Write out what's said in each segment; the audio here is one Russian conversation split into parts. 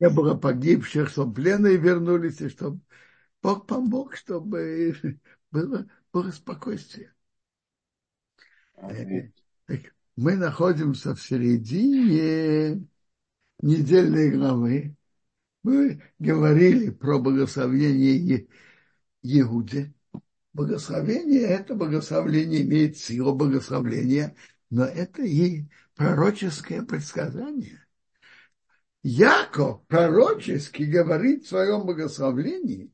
не было погибших, чтобы пленные вернулись, и чтобы Бог помог, чтобы было спокойствие. Аминь. Так мы находимся в середине недельной главы. Мы говорили про благословение Иуде. Благословение – это благословение, имеет силу благословения, но это и пророческое предсказание. Яков пророчески говорит в своем благословении,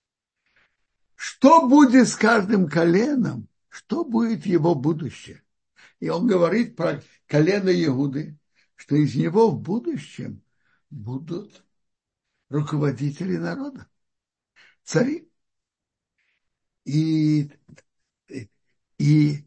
что будет с каждым коленом, что будет его будущее. И он говорит про колено Иуды, что из него в будущем будут руководители народа, цари. И, и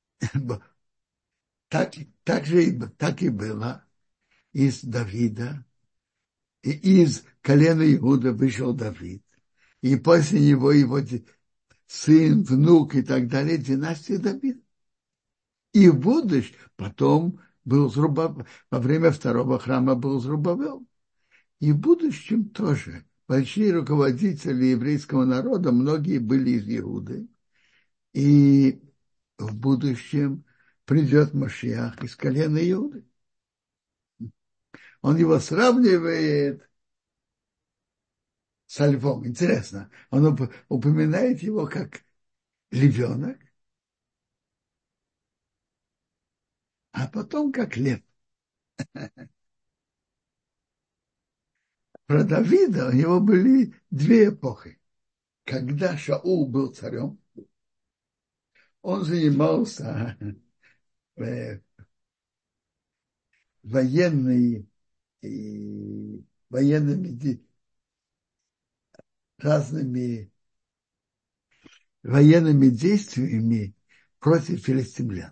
так и было из Давида. И из колена Иуда вышел Давид. И после него его сын, внук и так далее, династия Давида. И в будущем потом был во время второго храма был Зрубавел. И в будущем тоже большие руководители еврейского народа, многие были из Иуды. И в будущем придет Машиах из колена Иуды. Он его сравнивает со львом. Интересно, он упоминает его как львенок, а потом как лев. Про Давида у него были две эпохи. Когда Шаул был царем, он занимался э, военной, военными разными военными действиями против филистимлян.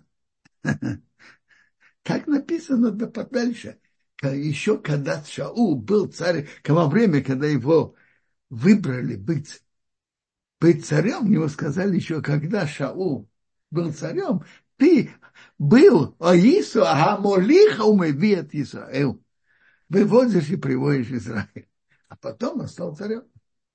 Так написано да подальше. Еще когда Шаул был царь, во время, когда его выбрали быть царем, ему сказали еще, когда Шаул был царем, ты был Аису Амолиха умевиет Исраэл. Выводишь и приводишь Израиль. А потом он стал царем.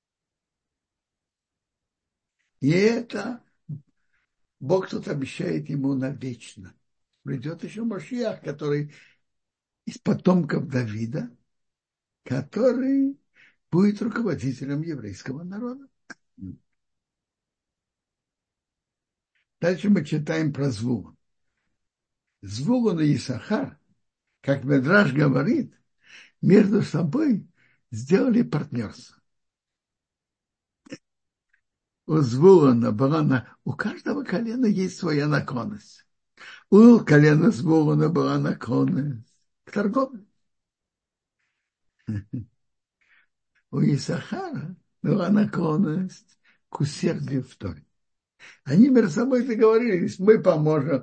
И это Бог тут обещает ему навечно. Придет еще Машиах, который из потомков Давида, который будет руководителем еврейского народа. Дальше мы читаем про Звулун. Звулун и Исахар, как Медраш говорит, между собой сделали партнерство. У Звулуна у каждого колена есть своя наклонность. У колена Звулуна была наклонность к торговле. У Исахара была наклонность к усердию в Торе. Они между собой договорились, мы поможем,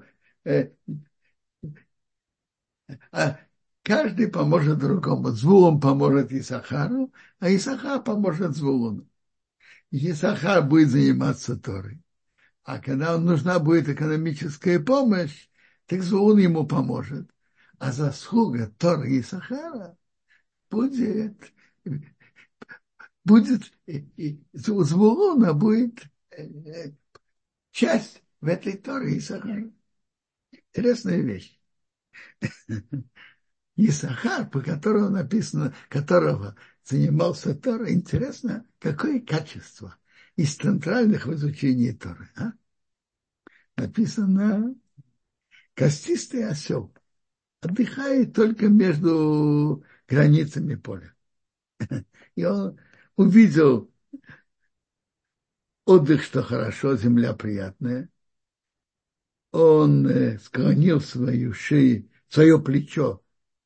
а каждый поможет другому. Звулун поможет Исахару, а Исахар поможет Звулуну. Исахар будет заниматься Торой. А когда нужна будет экономическая помощь, так Звулун ему поможет. А заслуга Торы Исахара будет у Звулуна будет часть в этой Торе Исахара. Интересная вещь. Исахар, по которому написано, которого занимался Тора, интересно, какое качество из центральных в изучении Торы. А? Написано, костистый осел отдыхает только между границами поля. И он увидел отдых, что хорошо, земля приятная. Он склонил свою шею, свое плечо,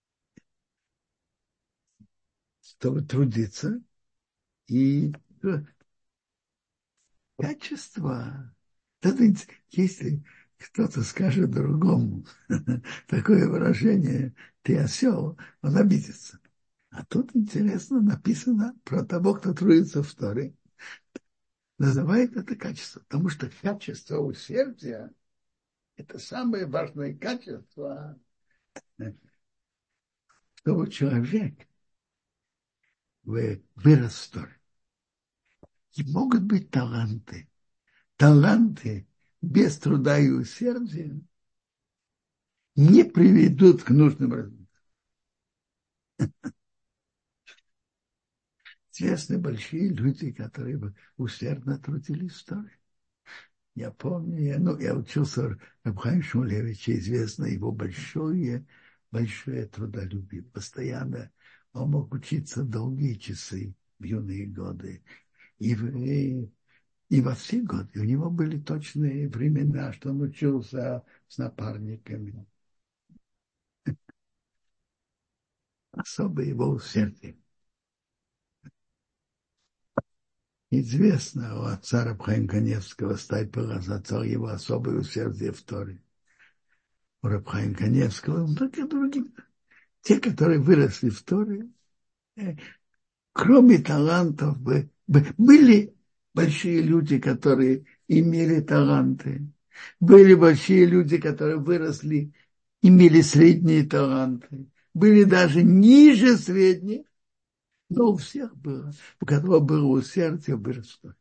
чтобы трудиться. И качество. Это, если кто-то скажет другому такое выражение, ты осел, он обидится. А тут интересно написано про того, кто трудится в Торе. Называет это качество, потому что качество усердия – это самое важное качество, чтобы человек вырос в Торе. И могут быть таланты. Таланты без труда и усердия не приведут к нужным результатам. Известны большие люди, которые бы усердно трудились в Торе. Я помню, я учился у Рабхайма Шмулевича, известно его большое трудолюбие. Постоянно он мог учиться долгие часы в юные годы. И во все годы у него были точные времена, что он учился с напарниками. Особо его усердие. Известно у отца Рабхаима Каневского стать отца его особое усердие в Торе. У Рабхаима Каневского, и другие. Те, которые выросли в Торе, кроме талантов, были большие люди, которые имели таланты. Были большие люди, которые выросли, имели средние таланты. Были даже ниже средних, но у всех было. У кого было усердие, выросло.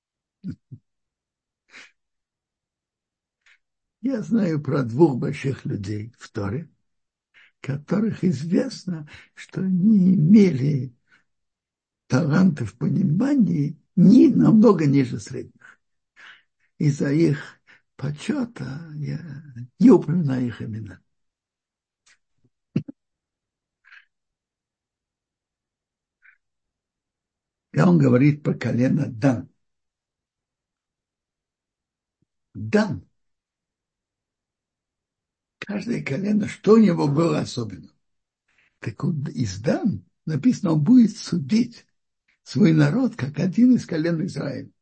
Я знаю про двух больших людей в Торе, которых известно, что они имели таланты в понимании намного ниже средних. Из-за их почета я не упоминаю их имена. И он говорит про колено Дан. Дан. Каждое колено, что у него было особенно. Так вот, из Дан написано, он будет судить свой народ, как один из колен Израиля.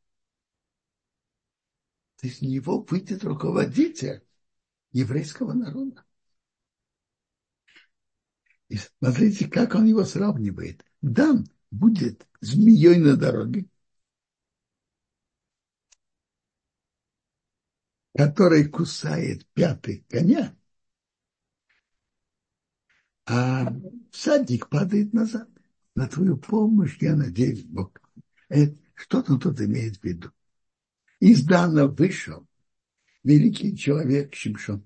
То есть из него выйдет руководитель еврейского народа. И смотрите, как он его сравнивает. Дан будет змеей на дороге, который кусает пятый коня, а всадник падает назад. На твою помощь я надеюсь, Бог. Что-то тут имеет в виду. Из Дана вышел великий человек Шимшон,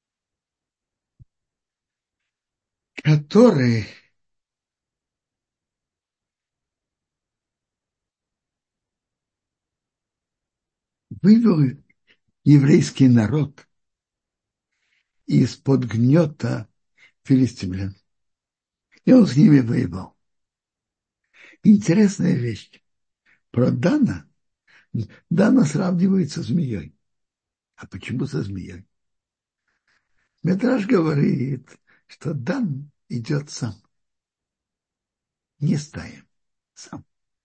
который вывел еврейский народ из-под гнета филистимлян. И он с ними воевал. Интересная вещь. Про Дана. Дана сравнивается с змеей. А почему со змеей? Медраш говорит, что Дан идет сам. Не стаем. Сам.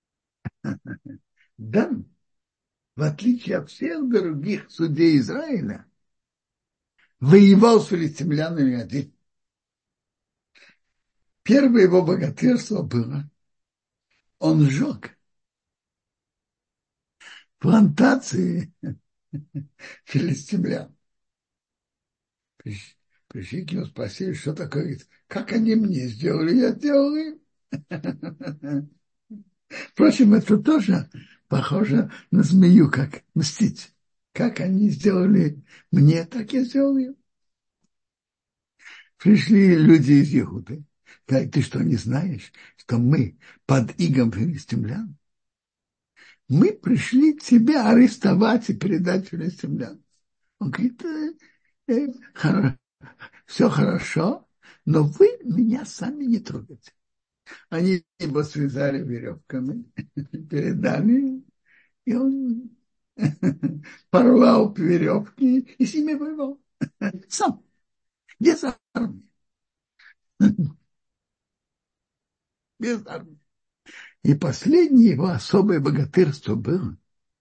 Дан, в отличие от всех других судей Израиля, воевал с филистимлянами один. Первое его богатырство было, он сжег плантации филистимлян. Пришли к нему, спросили, что такое. Говорит, как они мне сделали, я сделал им. Впрочем, это тоже похоже на змею, как мстить. Как они сделали мне, так я сделал им. Пришли люди из Иуды. Говорят, ты что, не знаешь, что мы под игом филистимлян? Мы пришли тебя арестовать и передать филистимлян. Он говорит, все хорошо, но вы меня сами не трогаете. Они его связали веревками, передали, и он порвал веревки и с ними воевал. Сам, без армии. Без армии. И последнее его особое богатырство было.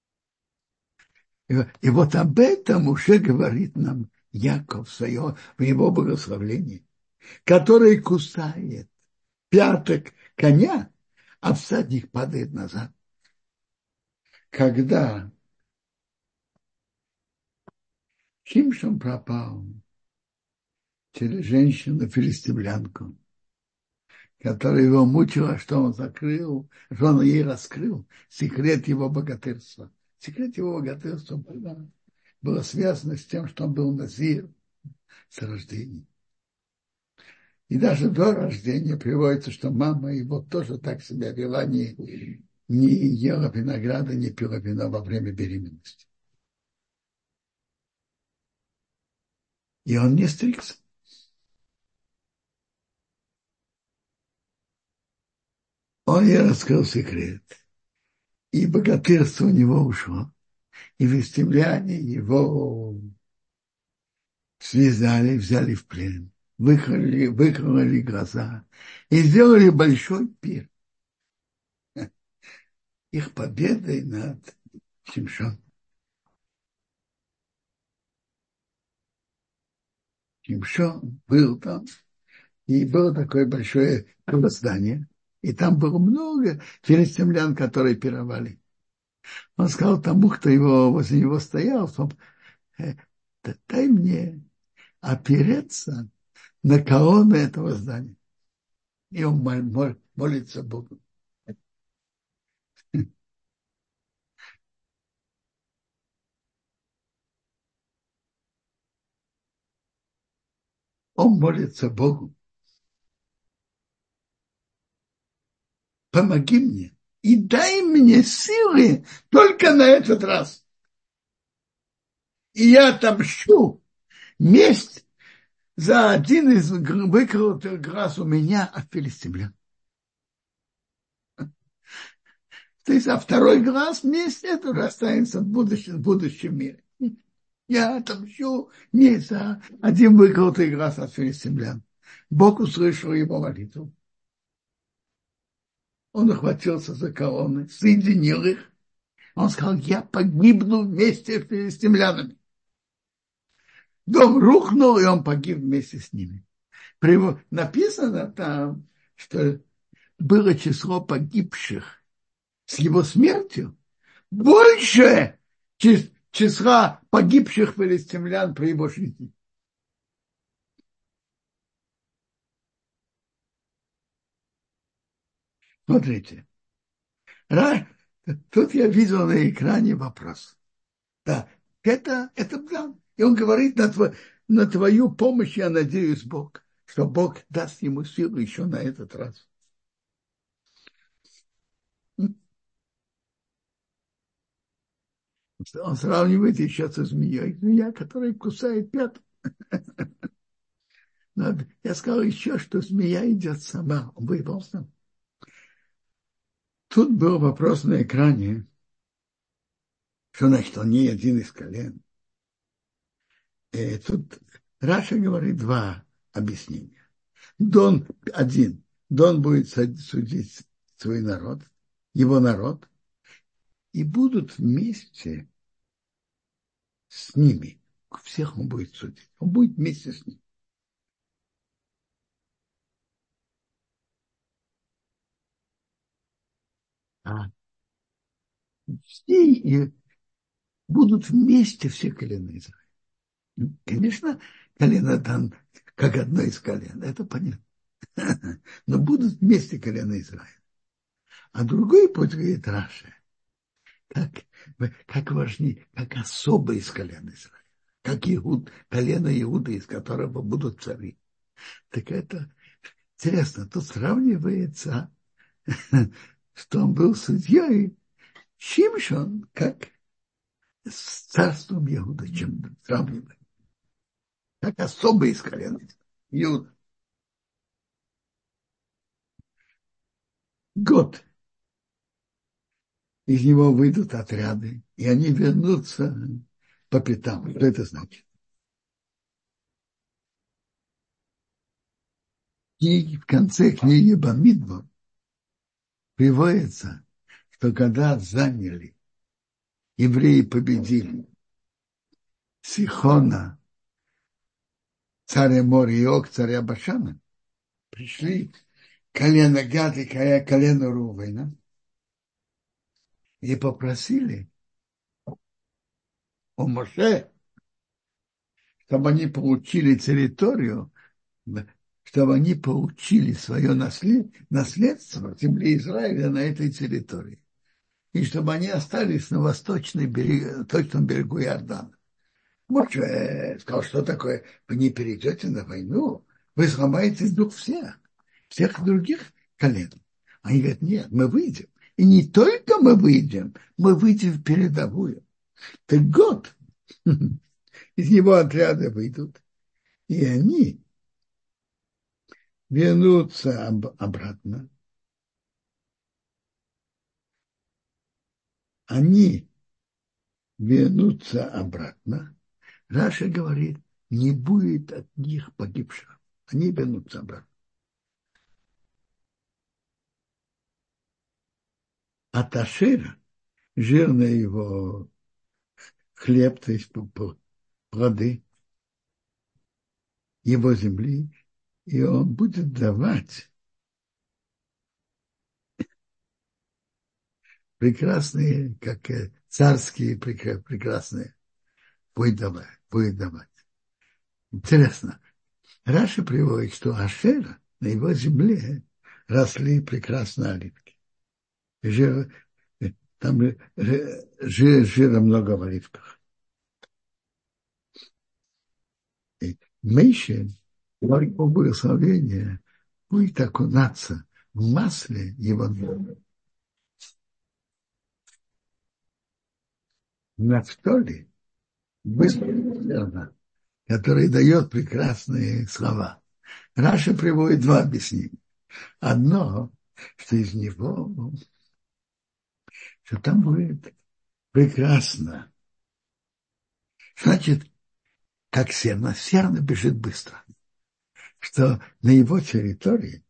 И вот об этом уже говорит нам Яков в его благословении, который кусает пяток коня, а всадник падает назад. Когда Шимшон пропал через женщину-филистимлянку, которая его мучила, что он закрыл, что он ей раскрыл секрет его богатырства. Секрет его богатырства было связано с тем, что он был назир с рождения. И даже до рождения приводится, что мама его тоже так себя вела, не ела винограда, не пила вина во время беременности. И он не стригся. Он ей раскрыл секрет. И богатырство у него ушло. И филистимляне его связали, взяли в плен, выкололи глаза и сделали большой пир. Их победой над Шимшоном. Шимшон был там, и было такое большое здание, и там было много филистимлян, которые пировали. Он сказал тому, кто возле него стоял, дай мне опереться на колонны этого здания. И он молится Богу. Он молится Богу. Помоги мне и дай мне силы только на этот раз. И я отомщу месть за один из выколотых глаз у меня от филистимлян. То есть, а второй глаз месть это уже останется в будущем мире. Я отомщу не за один выколотый глаз от филистимлян. Бог услышал его молитву. Он ухватился за колонны, соединил их. Он сказал, я погибну вместе с филистимлянами. Дом рухнул, и он погиб вместе с ними. Написано там, что было число погибших с его смертью больше числа погибших филистимлян при его жизни. Смотрите. Тут я видел на экране вопрос. Да, это план. И он говорит, на твою помощь я надеюсь, Бог, что Бог даст ему силу еще на этот раз. Он сравнивает еще со змеей. Змея, которая кусает пятку. Я сказал еще, что змея идет сама. Он воевал сам. Тут был вопрос на экране, что значит, он не один из колен. И тут Раша говорит два объяснения. Дон один. Дон будет судить свой народ, его народ, и будут вместе с ними. Всех он будет судить. Он будет вместе с ними. А все будут вместе все колена Израиля. Конечно, колено Дан как одно из колен, это понятно. Но будут вместе колена Израиля. А другой путь, говорит Раша, как важнее, как особо из колена Израиля. Как колено Иуда, из которого будут цари. Так это интересно. Тут сравнивается, что он был судьей Шимшон, как с царством Иуда, чем сравнивает. Как особо из колена Иуда. Год. Из него выйдут отряды, и они вернутся по пятам. Что это значит? И в конце книги Бамидбар приводится, что когда заняли, евреи победили Сихона, царя моря и Ог, царя Башана, пришли колено Гад и колено Рувена и попросили у Моше, чтобы они получили территорию чтобы они получили свое наследство в земле Израиля на этой территории. И чтобы они остались на точном берегу Иордана. Моше сказал, что такое? Вы не перейдете на войну, вы сломаете дух всех других колен. Они говорят, нет, мы выйдем. И не только мы выйдем в передовую. Так год из него отряда выйдут, и они вернутся обратно. Они вернутся обратно. Раша говорит, не будет от них погибших. Они вернутся обратно. От Ашера, жирный его хлеб, то есть плоды его земли, и он будет давать прекрасные, как царские прекрасные, будет давать. Интересно, Раша приводит, что Ашера на его земле росли прекрасно оливки. Жир, там жира много в оливках. И Мейше, его благословение, будет окунаться в масле его дома. Нафтоли, быстро, который дает прекрасные слова. Раша приводит два объяснения. Одно, что из него, что там будет прекрасно. Значит, как серна бежит быстро. Что на его территории,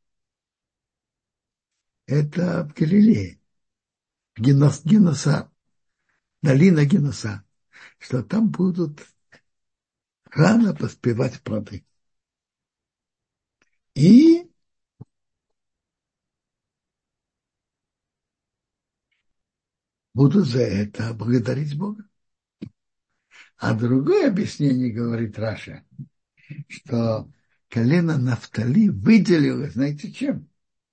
это в Галилее, Геноса, долина Геноса, что там будут рано поспевать плоды. И будут за это благодарить Бога. А другое объяснение говорит Раша, что колено Нафтали выделилось, знаете чем?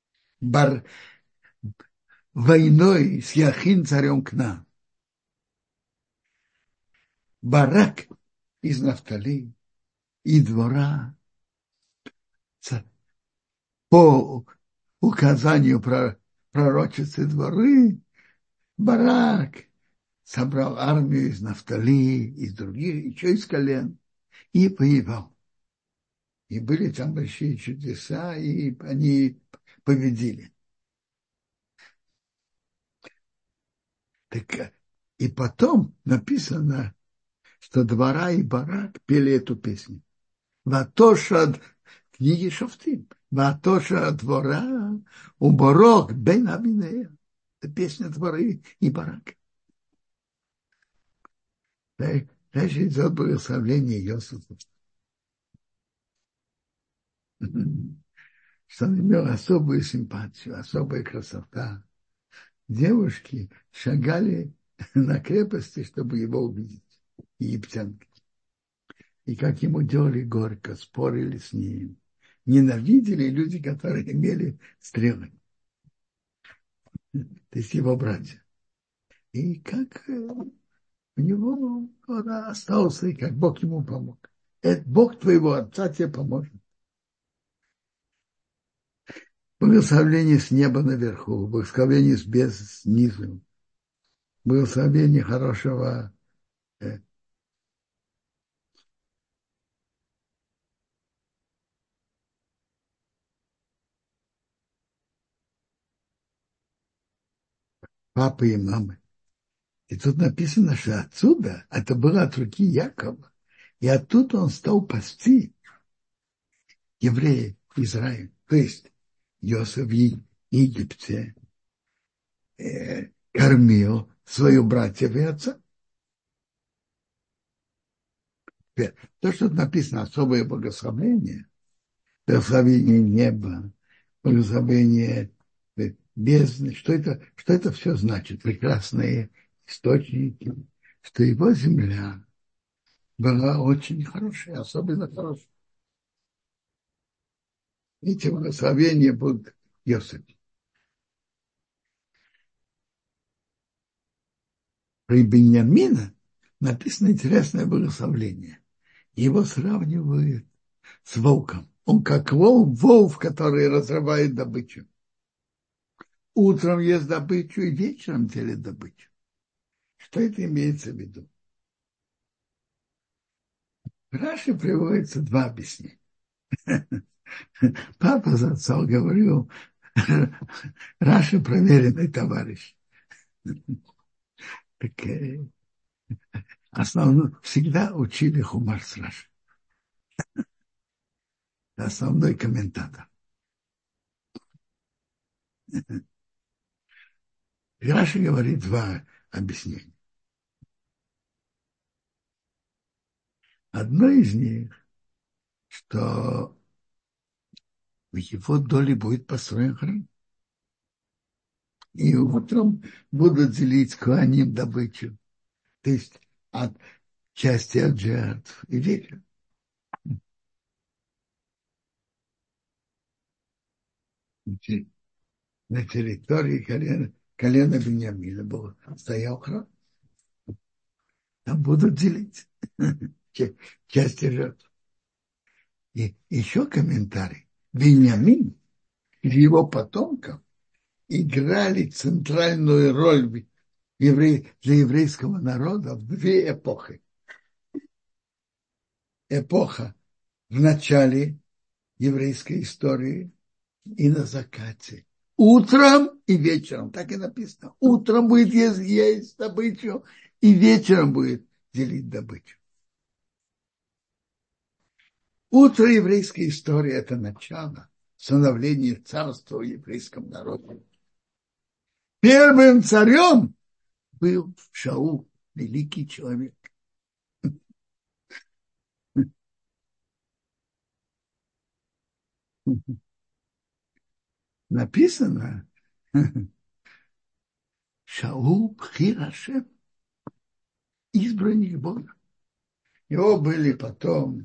Войной с Яхин царем Кна. Барак из Нафтали и двора по указанию пророчицы дворы Барак собрал армию из Нафтали, из других, еще из колен, и воевал. И были там большие чудеса, и они победили. Так, и потом написано, что двора и Барак пели эту песню. Ватоша книги Шофтим. Ватоша двора у Борок бен Абинея. Это песня дворы и Барак. Дальше идет благословение Иосифа. Что он имел особую симпатию, особая красота. Девушки шагали на крепости, чтобы его увидеть, египтянки. И как ему делали горько, спорили с ним. Ненавидели люди, которые имели стрелы. То есть его братья. И как у него он остался, и как Бог ему помог. Это Бог твоего отца тебе поможет. Благословение с неба наверху, благословение с без снизу, благословение хорошего папы и мамы. И тут написано, что отсюда, это было от руки Якова, и оттуда он стал пасти евреев Израиля. То есть Йосеф в Египте кормил свою братьев и отца. То, что тут написано, особое благословение, благословение неба, благословение бездны, что это все значит? Прекрасные источники, что его земля была очень хорошая, особенно хорошая. Эти благословения будут Йосиф. При Беньямина написано интересное благословение. Его сравнивают с волком. Он как волк, который разрывает добычу. Утром ест добычу и вечером делит добычу. Что это имеется в виду? В Раши приводится два объяснения. Папа за отцом говорил, Раши проверенный товарищ. Так, основном всегда учили хумар с Раши. Основной комментатор. И Раши говорит два объяснения. Одно из них, что в его доле будет построен храм. И утром будут делить коаним добычу. То есть от части от жертв и вечером. На территории колена Беньямина стоял храм. Там будут делить части жертв. И еще комментарий. Беньямин и его потомков играли центральную роль для еврейского народа в две эпохи. Эпоха в начале еврейской истории и на закате. Утром и вечером, так и написано. Утром будет есть добычу, и вечером будет делить добычу. Утро еврейской истории – это начало становления царства в еврейском народе. Первым царем был Шаул, великий человек. Написано, Шаул Бхир Ашем, избранник Бога. Его были потом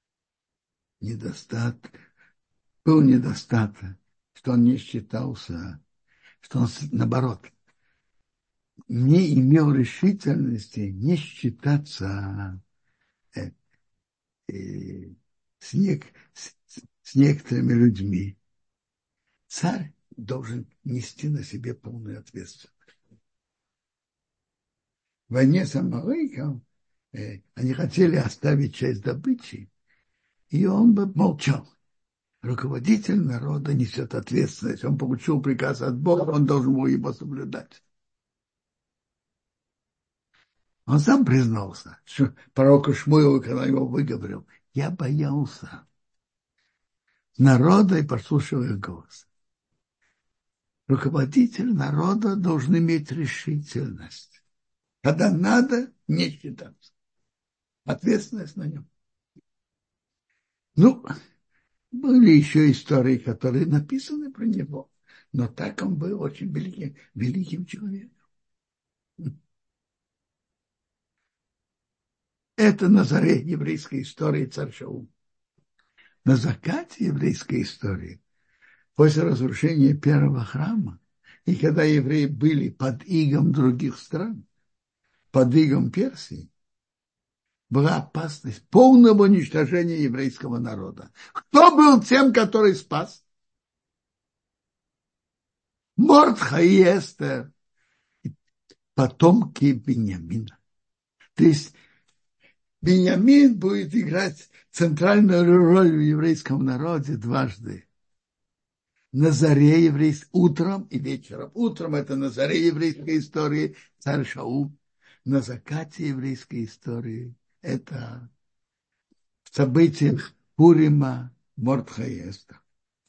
был недостаток, что он не считался, что он, наоборот, не имел решительности не считаться с некоторыми людьми. Царь должен нести на себе полную ответственность. В войне с Амаликом они хотели оставить часть добычи, и он бы молчал. Руководитель народа несет ответственность. Он получил приказ от Бога, он должен был его соблюдать. Он сам признался, что пророку Шмуилу, когда его выговорил, я боялся народа и послушал их голос. Руководитель народа должен иметь решительность. Когда надо, не считаться. Ответственность на нем. Ну, были еще истории, которые написаны про него, но так он был очень великим человеком. Это на заре еврейской истории царь Шаул. На закате еврейской истории, после разрушения первого храма, и когда евреи были под игом других стран, под игом Персии, была опасность полного уничтожения еврейского народа. Кто был тем, который спас? Мордхай и Эстер, потомки Беньямина. То есть Беньямин будет играть центральную роль в еврейском народе дважды. На заре еврейской, утром и вечером. Утром это на заре еврейской истории царь Шаул. На закате еврейской истории это в событиях Пурима Мордхай и Эстер.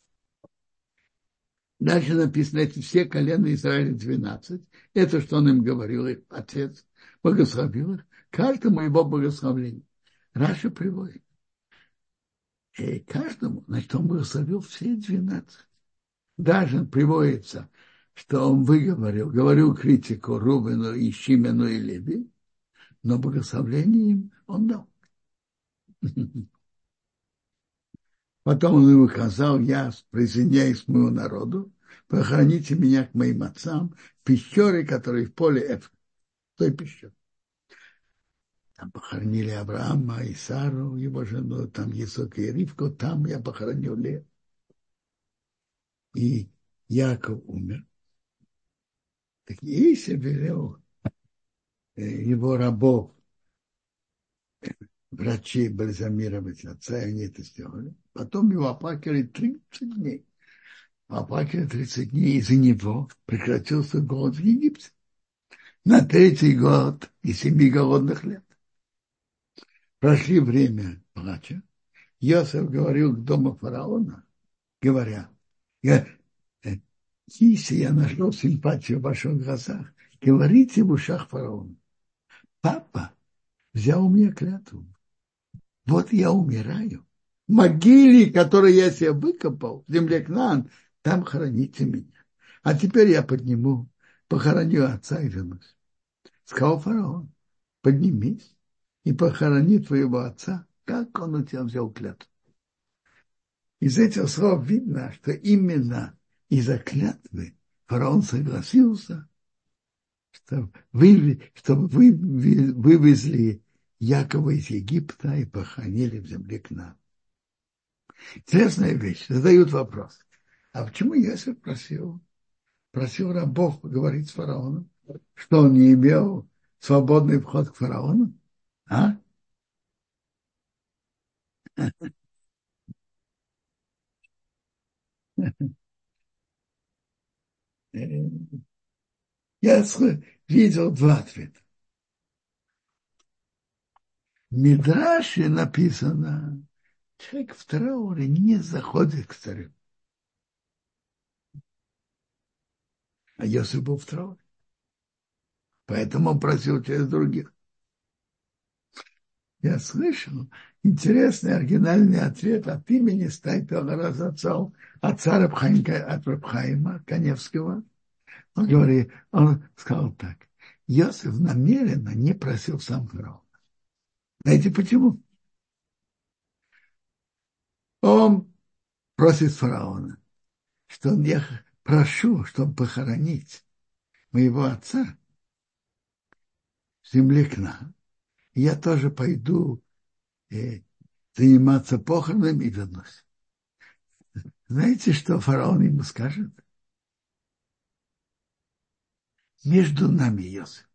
Дальше написано, эти все колена Израиля 12. Это, что он им говорил, их отец благословил их. Каждому его благословение. Раша приводит. И каждому, значит, он благословил все 12. Даже приводится, что он говорил критику Рубену и Шимену и Леви, но благословение им он дал. Потом он ему сказал: я присоединяюсь к моему народу, похороните меня к моим отцам в пещере, которая в поле Эф, той пещере. Там похоронили Авраама и Сару, его жену, там Исаака и Ривку, там я похоронил Лев. И Яков умер. Так Иисус велел его рабов, врачей бальзамировать отца, и они это сделали. Потом его оплакивали 30 дней. Оплакивали 30 дней, из-за него прекратился голод в Египте. На третий год и 7 голодных лет. Прошли время плача. Йосеф говорил к дому фараона, говоря: если я нашел симпатию в ваших глазах, говорите в ушах фараона: папа взял у меня клятву. Вот я умираю. В могиле, которую я себе выкопал, в земле Кнаан, там храните меня. А теперь я подниму, похороню отца и вернусь. Сказал фараон: поднимись и похорони твоего отца, как он у тебя взял клятву. Из этих слов видно, что именно из-за клятвы фараон согласился, чтобы вывезли Якова из Египта и похоронили в земле Кнаан. Интересная вещь. Задают вопрос: а почему Иосиф просил рабов поговорить с фараоном? Что, он не имел свободный вход к фараону? А? Я видел два ответа. В Мидраше написано: человек в трауре не заходит к царю. А Иосиф был в трауре. Поэтому он просил через других. Я слышал интересный оригинальный ответ от имени Стайпера отца Рабхаима Каневского. Он сказал так: Иосиф намеренно не просил сам фараона. Знаете почему? Он просит фараона, что я прошу, чтобы похоронить моего отца в земле Кнаан. Я тоже пойду заниматься похоронами и вернусь. Знаете, что фараон ему скажет? Между нами, Иосиф,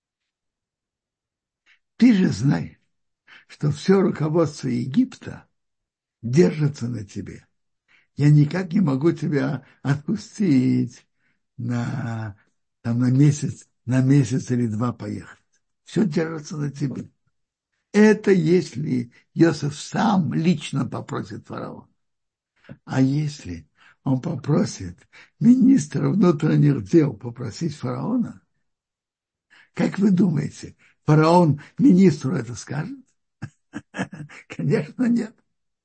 ты же знаешь, что все руководство Египта держится на тебе. Я никак не могу тебя отпустить на месяц или два поехать. Все держится на тебе. Это если Иосиф сам лично попросит фараона. А если он попросит министра внутренних дел попросить фараона, как вы думаете, фараон министру это скажет? Конечно, нет.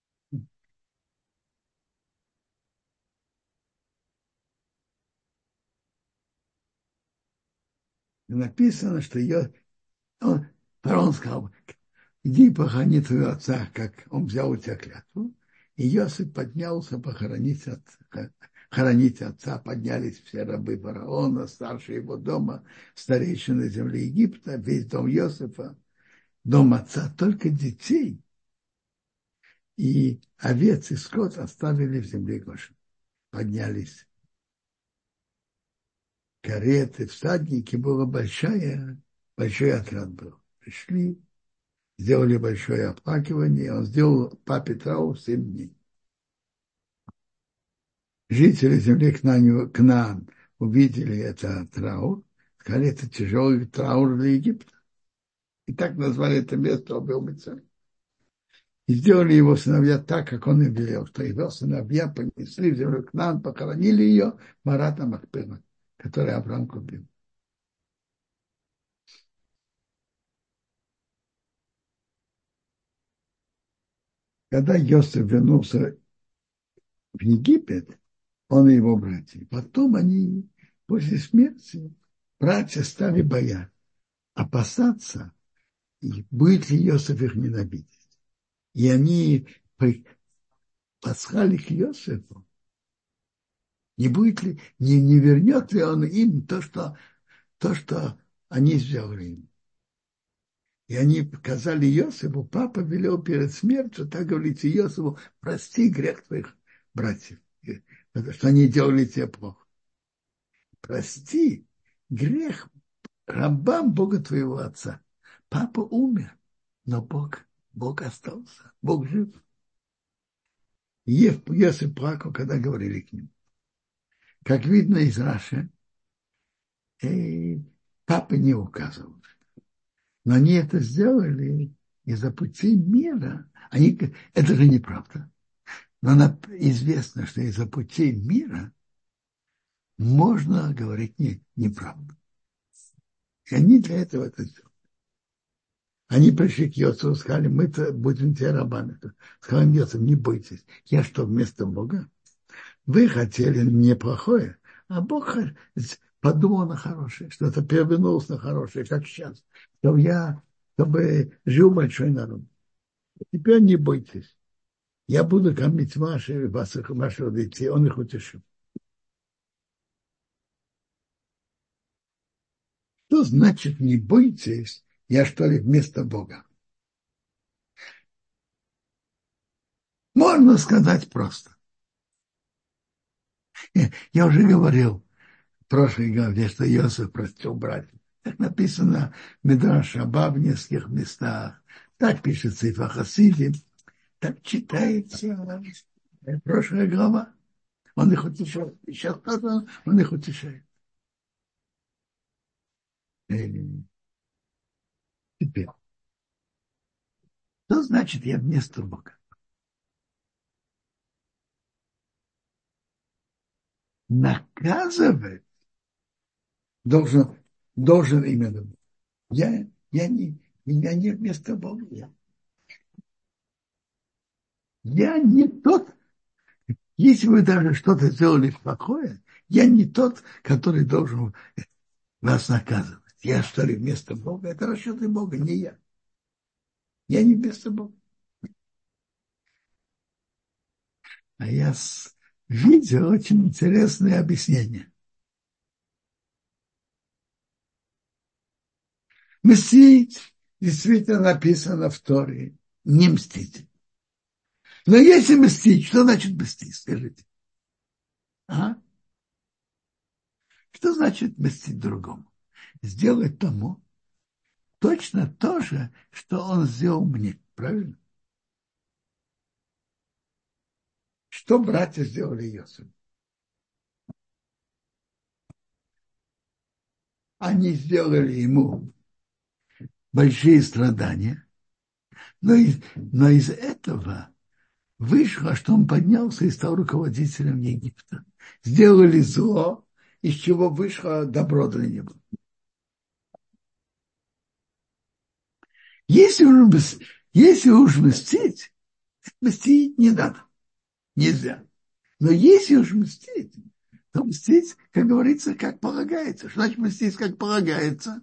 Написано, что фараон сказал: иди похорони твоего отца, как он взял у тебя клятву. И Иосиф поднялся хоронить отца. Поднялись все рабы фараона, старшие его дома, старейшины земли Египта, весь дом Иосифа, дом отца. Только детей и овец и скот оставили в земле Гошен. Поднялись кареты, всадники, большой отряд был. Пришли, сделали большое оплакивание, он сделал папе траур 7 дней. Жители земли Кнаан увидели это траур, сказали: это тяжелый траур для Египта. И так назвали это место Обел-Мицраим. И сделали его сыновья так, как он им велел, что его сыновья понесли в землю Кнаан, похоронили ее Марата Махпела, который Авраам купил. Когда Йосеф вернулся в Египет, он и его братья, потом они после смерти братья стали опасаться, будет ли Йосеф их ненавидеть. И они послали к Иосифу, не вернет ли он им то, что они сделали им. И они показали Иосифу, папа велел перед смертью, так говорите Иосифу, прости грех твоих братьев, потому что они делали тебе плохо. Прости грех рабам Бога твоего отца. Папа умер, но Бог остался, Бог жив. Иосиф плакал, когда говорили к нему. Как видно из Раши, папа не указывал. Но они это сделали из-за пути мира. Это же неправда. Но известно, что из-за путей мира можно говорить неправду. И они для этого это сделали. Они пришли к Йосифу, сказали, мы-то будем тебе рабами. Сказал Йосиф, не бойтесь, я что, вместо Бога? Вы хотели мне плохое, а Бог подумал на хорошее, что-то перевернулся на хорошее, как сейчас, чтобы жил большой народ. Теперь не бойтесь. Я буду кормить ваших детей, он их утешит. Что значит не бойтесь, я что ли вместо Бога? Можно сказать просто. Я уже говорил в прошлой главе, что Иосиф простил братьев. Так написано в Мидраш Раба в нескольких местах. Так пишется и в Хасиде. Так читается прошлая глава. Он их утешает. И сейчас тоже он их утешает. Теперь. Что значит я вместо Бога? Наказывать должен именно Бог. Меня не вместо Бога. Я не тот, если вы даже что-то сделали плохое, я не тот, который должен вас наказывать. Я что ли вместо Бога? Это расчеты Бога, не я. Я не вместо Бога. А я видел очень интересное объяснение. Мстить действительно написано в Торе. Не мстить. Но если мстить, что значит мстить? Скажите. А? Что значит мстить другому? Сделать тому точно то же, что он сделал мне. Правильно? Что братья сделали Иосифу? Они сделали ему большие страдания, но из этого вышло, что он поднялся и стал руководителем Египта. Сделали зло, из чего вышло добро для него. Если уж мстить не надо, нельзя. Но если уж мстить, то мстить, как говорится, как полагается. Что значит мстить, как полагается?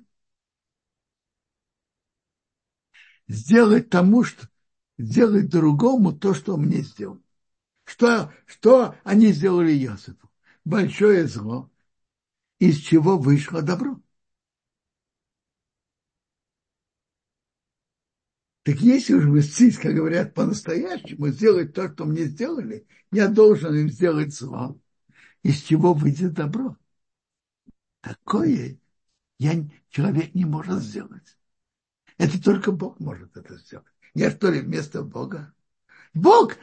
Сделать другому то, что он мне сделал. Что они сделали Иосифу? Большое зло, из чего вышло добро. Так если уж мстить, как говорят, по-настоящему, сделать то, что мне сделали, я должен им сделать зло, из чего выйдет добро. Такое человек не может сделать. Это только Бог может это сделать. Я что ли вместо Бога? Бог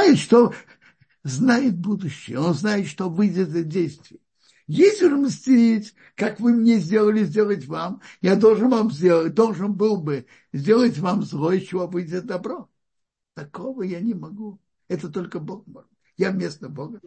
знает будущее, Он знает, что выйдет из действия. Если же мстить, как вы мне сделать вам, я должен был бы сделать вам зло, из чего выйдет добро. Такого я не могу. Это только Бог может. Я вместо Бога.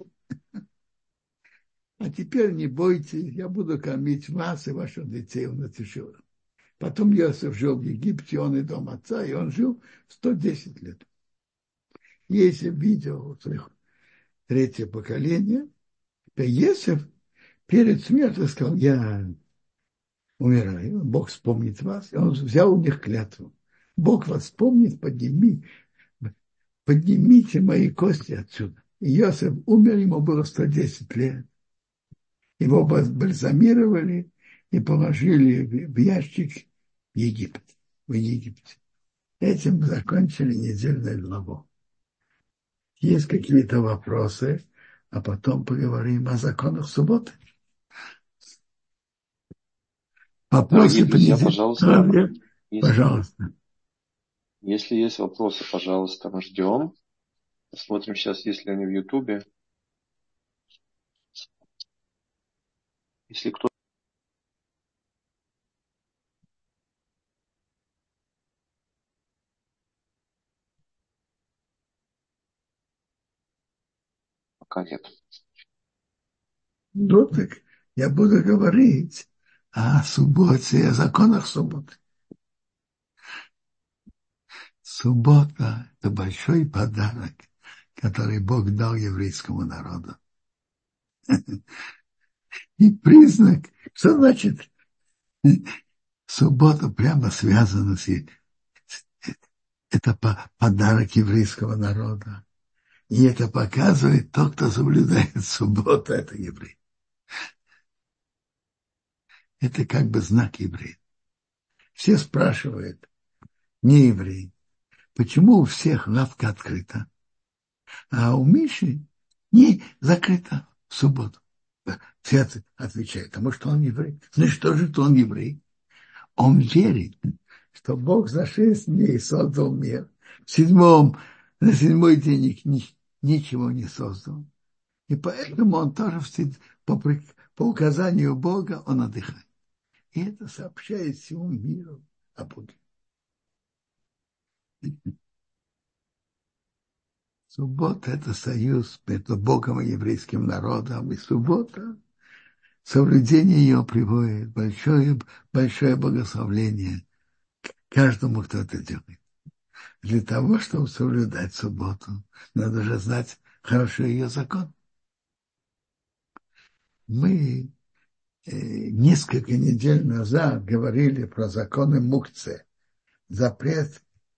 А теперь не бойтесь, я буду кормить вас и ваших детей, он утешил. Потом Иосиф жил в Египте, он и дом отца, и он жил 110 лет. Если видел своих третье поколение, то Иосиф перед смертью сказал, я умираю, Бог вспомнит вас. И он взял у них клятву. Бог вас вспомнит, подними поднимите мои кости отсюда. И Иосиф умер, ему было 110 лет. Его бальзамировали и положили в ящик в Египет, в Египте. Этим закончили недельную главу. Есть какие-то вопросы, а потом поговорим о законах субботы. Дорогие Вопросы друзья, понедельника. пожалуйста, Пожалуйста. если есть вопросы, пожалуйста, мы ждем. Посмотрим сейчас, есть ли они в Ютубе. Если кто пока нет. Ну так я буду говорить о субботе, о законах субботы. Суббота – это большой подарок, который Бог дал еврейскому народу. И признак, что значит суббота прямо связана это подарок еврейского народа. И это показывает, тот, кто соблюдает субботу, это еврей. Это как бы знак еврея. Все спрашивают, не евреи, почему у всех лавка открыта, а у Миши не закрыта в субботу. Все отвечают, потому что он еврей. Ну и что же, он еврей? Он верит, что Бог за 6 дней создал мир. На седьмой день ничего не создал. И поэтому он тоже по указанию Бога он отдыхает. И это сообщает всему миру о Боге. Суббота – это союз между Богом и еврейским народом. И суббота, соблюдение ее приводит большое благословение каждому, кто это делает. Для того, чтобы соблюдать субботу, надо же знать хорошо ее закон. Мы несколько недель назад говорили про законы мукце, запрет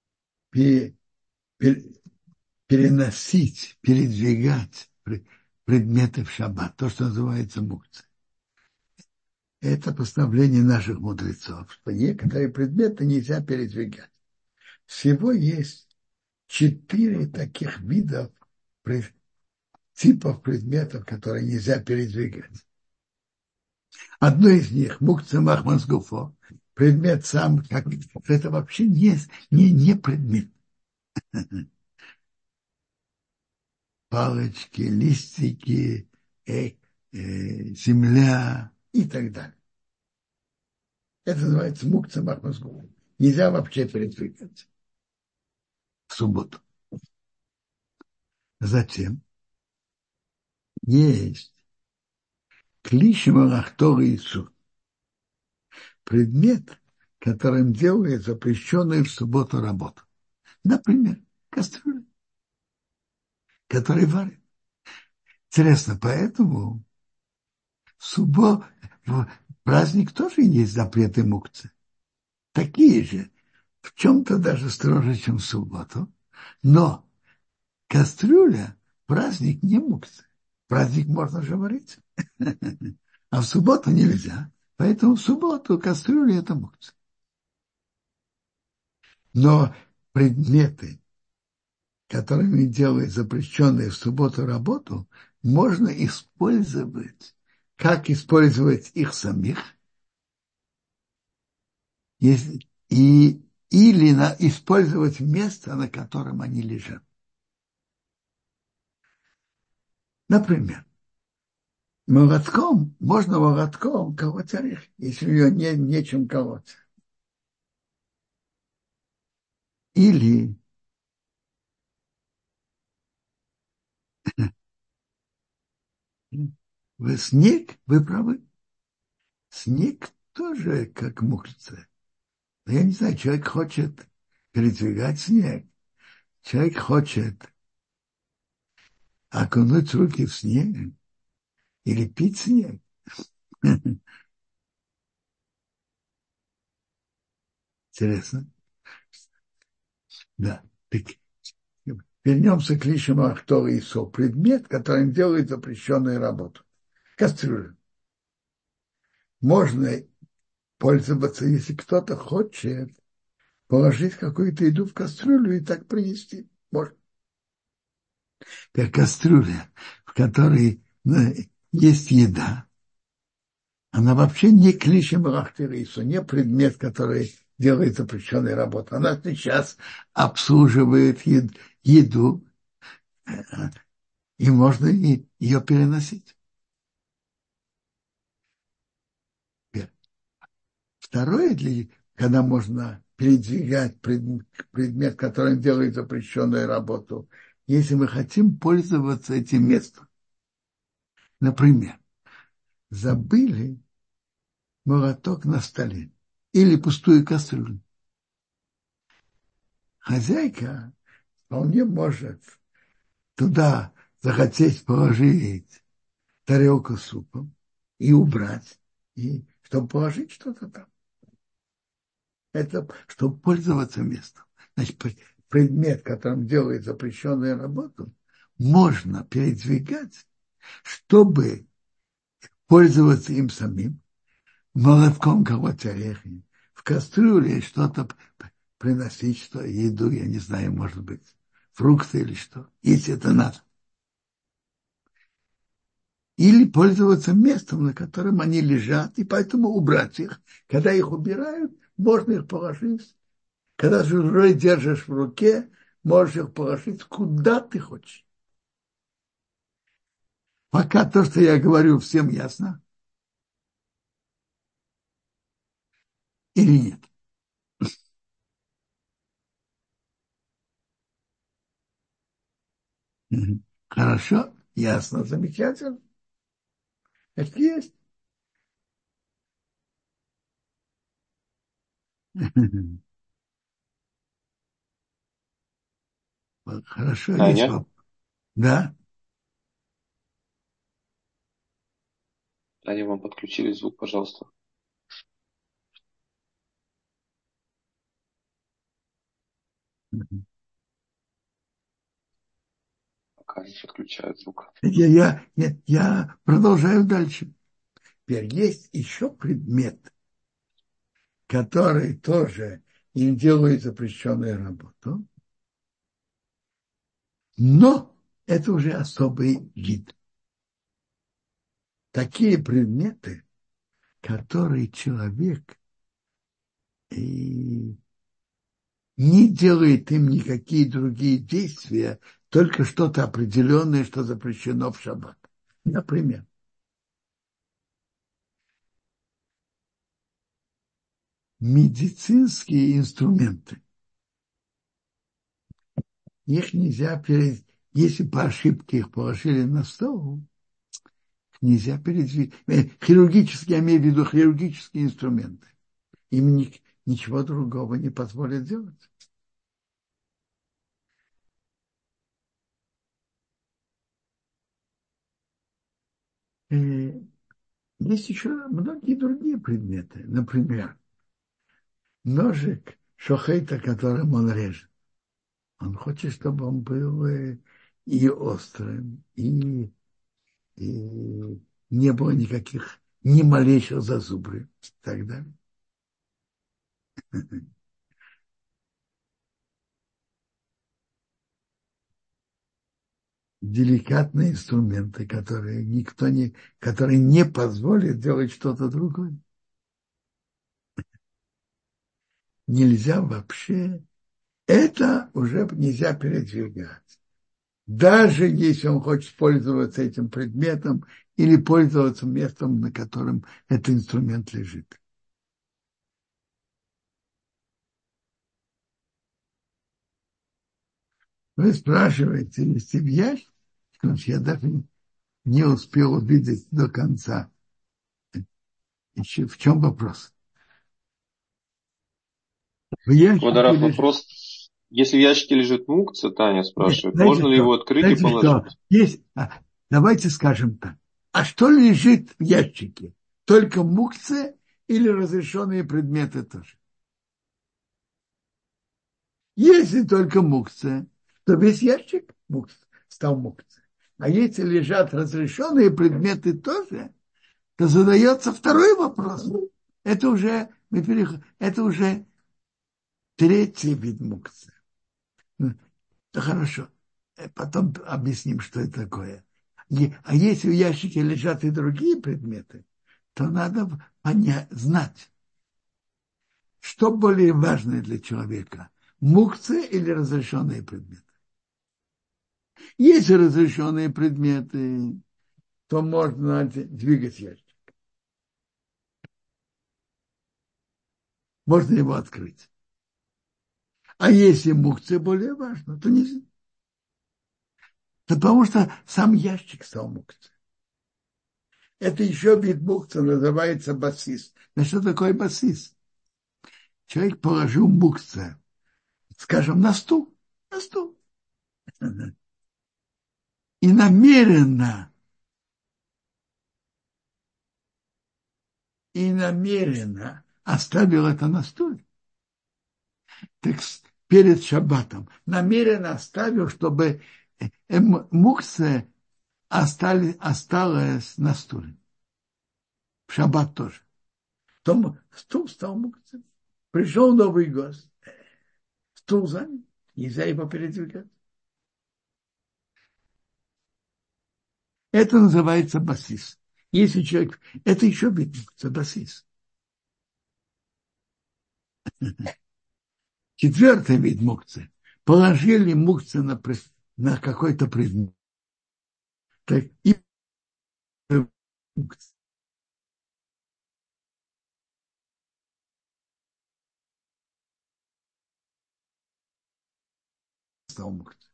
переносить, передвигать предметы в шаббат, то, что называется мукце. Это постановление наших мудрецов, что некоторые предметы нельзя передвигать. Всего есть 4 таких видов типов предметов, которые нельзя передвигать. Одно из них, мукце махмансгуфо, предмет сам, как это вообще не предмет. Палочки, листики, земля и так далее. Это называется мукце махмансгуфо. Нельзя вообще передвигать в субботу. Затем есть клишем алахтор и Иисус. Предмет, которым делают запрещенную в субботу работу. Например, кастрюля, которая варит. Интересно, поэтому в праздник тоже есть запреты мукцы. Такие же, в чем-то даже строже, чем в субботу. Но кастрюля, праздник не мукцы. Праздник можно же варить. А в субботу нельзя. Поэтому в субботу кастрюля – это мукцы. Но предметы, которыми делают запрещенные в субботу работу, можно использовать, как использовать их самих, или использовать место, на котором они лежат. Например, можно молотком колоть орех, если ее нечем колоть. Или снег, вы правы, снег тоже как мышца. Но я не знаю, человек хочет передвигать снег, человек хочет окунуть руки в снег или пить снег. Интересно. Да. Так, Вернемся к лишнему Ахтора и Исо. Предмет, которым делает запрещенную работу. Кастрюля. Можно пользоваться, если кто-то хочет положить какую-то еду в кастрюлю и так принести. Можно. Теперь кастрюля, в которой есть еда, она вообще не клишем рахтерису, не предмет, который делает запрещенную работу. Она сейчас обслуживает еду, и можно ее переносить. Второе, когда можно передвигать предмет, которым делает запрещенную работу, если мы хотим пользоваться этим местом. Например, забыли молоток на столе или пустую кастрюлю. Хозяйка вполне может туда захотеть положить тарелку с супом и убрать, и чтобы положить что-то там. Это чтобы пользоваться местом. Значит, предмет, которым делает запрещенную работу, можно передвигать, чтобы пользоваться им самим, молотком колоть орехи, в кастрюле что-то приносить, что еду, я не знаю, может быть, фрукты или что, если это надо. Или пользоваться местом, на котором они лежат, и поэтому убрать их. Когда их убирают, можно их положить. Когда же уже держишь в руке, можешь их положить куда ты хочешь. Пока то, что я говорю, всем ясно. Или нет? Хорошо, ясно, замечательно. Это есть. Хорошо, есть Таня, вопрос. Да? Таня, вам подключили звук, пожалуйста. Пока не подключают звук. Я продолжаю дальше. Теперь есть еще предмет, который тоже им делает запрещенную работу, но это уже особый вид. Такие предметы, которые человек и не делает им никакие другие действия, только что-то определенное, что запрещено в шаббат. Например, медицинские инструменты. Их нельзя если по ошибке их положили на стол, нельзя передвигать. Хирургические, я имею в виду хирургические инструменты. Им ничего другого не позволят делать. Э, Есть еще многие другие предметы. Например, ножик шохейта, которым он режет. Он хочет, чтобы он был и острым, и не было никаких, ни малейших зазубрин и так далее. Деликатные инструменты, которые не позволят делать что-то другое. Нельзя вообще, это уже нельзя передвигать. Даже если он хочет пользоваться этим предметом или пользоваться местом, на котором этот инструмент лежит. Вы спрашиваете, если в ящик, я даже не успел увидеть до конца. Еще в чем вопрос? В ящике Квадоров, лежит. вопрос. Если в ящике лежит мукца, Таня спрашивает, Знаете можно ли его что? открыть и Знаете что? положить? Давайте скажем так. А что лежит в ящике? Только мукция или разрешенные предметы тоже? Если только мукция, то весь ящик стал мукцией. А если лежат разрешенные предметы тоже, то задается второй вопрос. Это уже третий вид мукции. Да хорошо. Потом объясним, что это такое. А если в ящике лежат и другие предметы, то надо знать, что более важное для человека. Мукция или разрешенные предметы. Если разрешенные предметы, то можно двигать ящик. Можно его открыть. А если мукция более важна, то нельзя. Потому что сам ящик стал мукцией. Это еще вид мукции, называется басис. А что такое басис? Человек положил мукция, скажем, на стул. На стул. И намеренно оставил это на стуле. Так перед шаббатом намеренно оставил, чтобы мукция осталась на стуле. В шаббат тоже. Потом стул стал мукцией. Пришел новый гость. Стул занят. Нельзя его передвигать. Это называется басис. Если человек... Это еще вид мукции, басис. Четвертый вид мукции. Положили мукцию на какой-то предмет. Так, и мукция. Стал мукцией.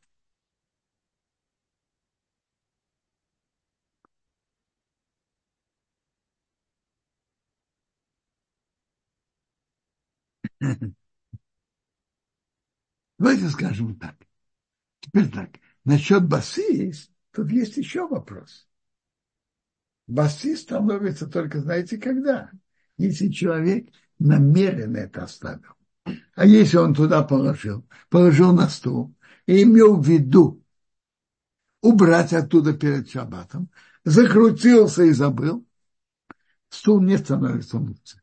Давайте скажем так. Теперь так. Насчет басис, тут есть еще вопрос. Басис становится только, знаете, когда? Если человек намеренно это оставил. А если он туда положил на стул и имел в виду убрать оттуда перед шаббатом, закрутился и забыл, стул не становится мукцией.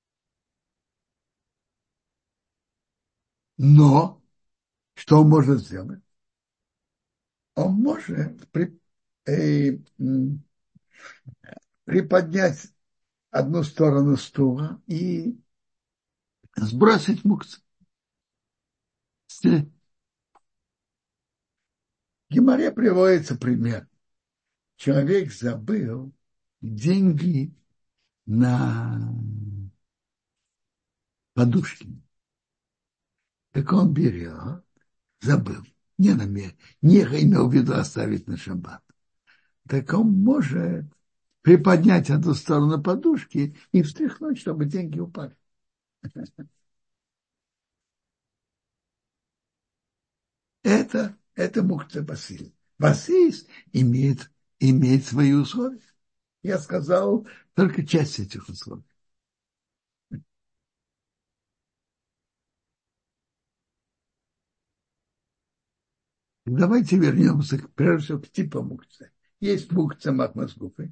Но что он может сделать? Он может приподнять одну сторону стула и сбросить мукцию. В Гемаре приводится пример. Человек забыл деньги на подушке. Так он берет, забыл, не имел в виду оставить на шаббат. Так он может приподнять одну сторону подушки и встряхнуть, чтобы деньги упали. Это мукция басис. Басис имеет свои условия. Я сказал только часть этих условий. Давайте вернемся, прежде всего, к типам мукции. Есть мукция махмазгуфы.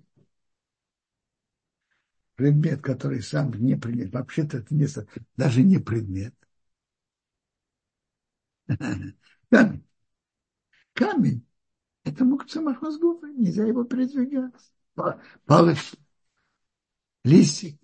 Предмет, который сам не предмет. Вообще-то это даже не предмет. Камень. Камень. Это мукция махмазгуфы. Нельзя его передвигать. Палочка. Листик.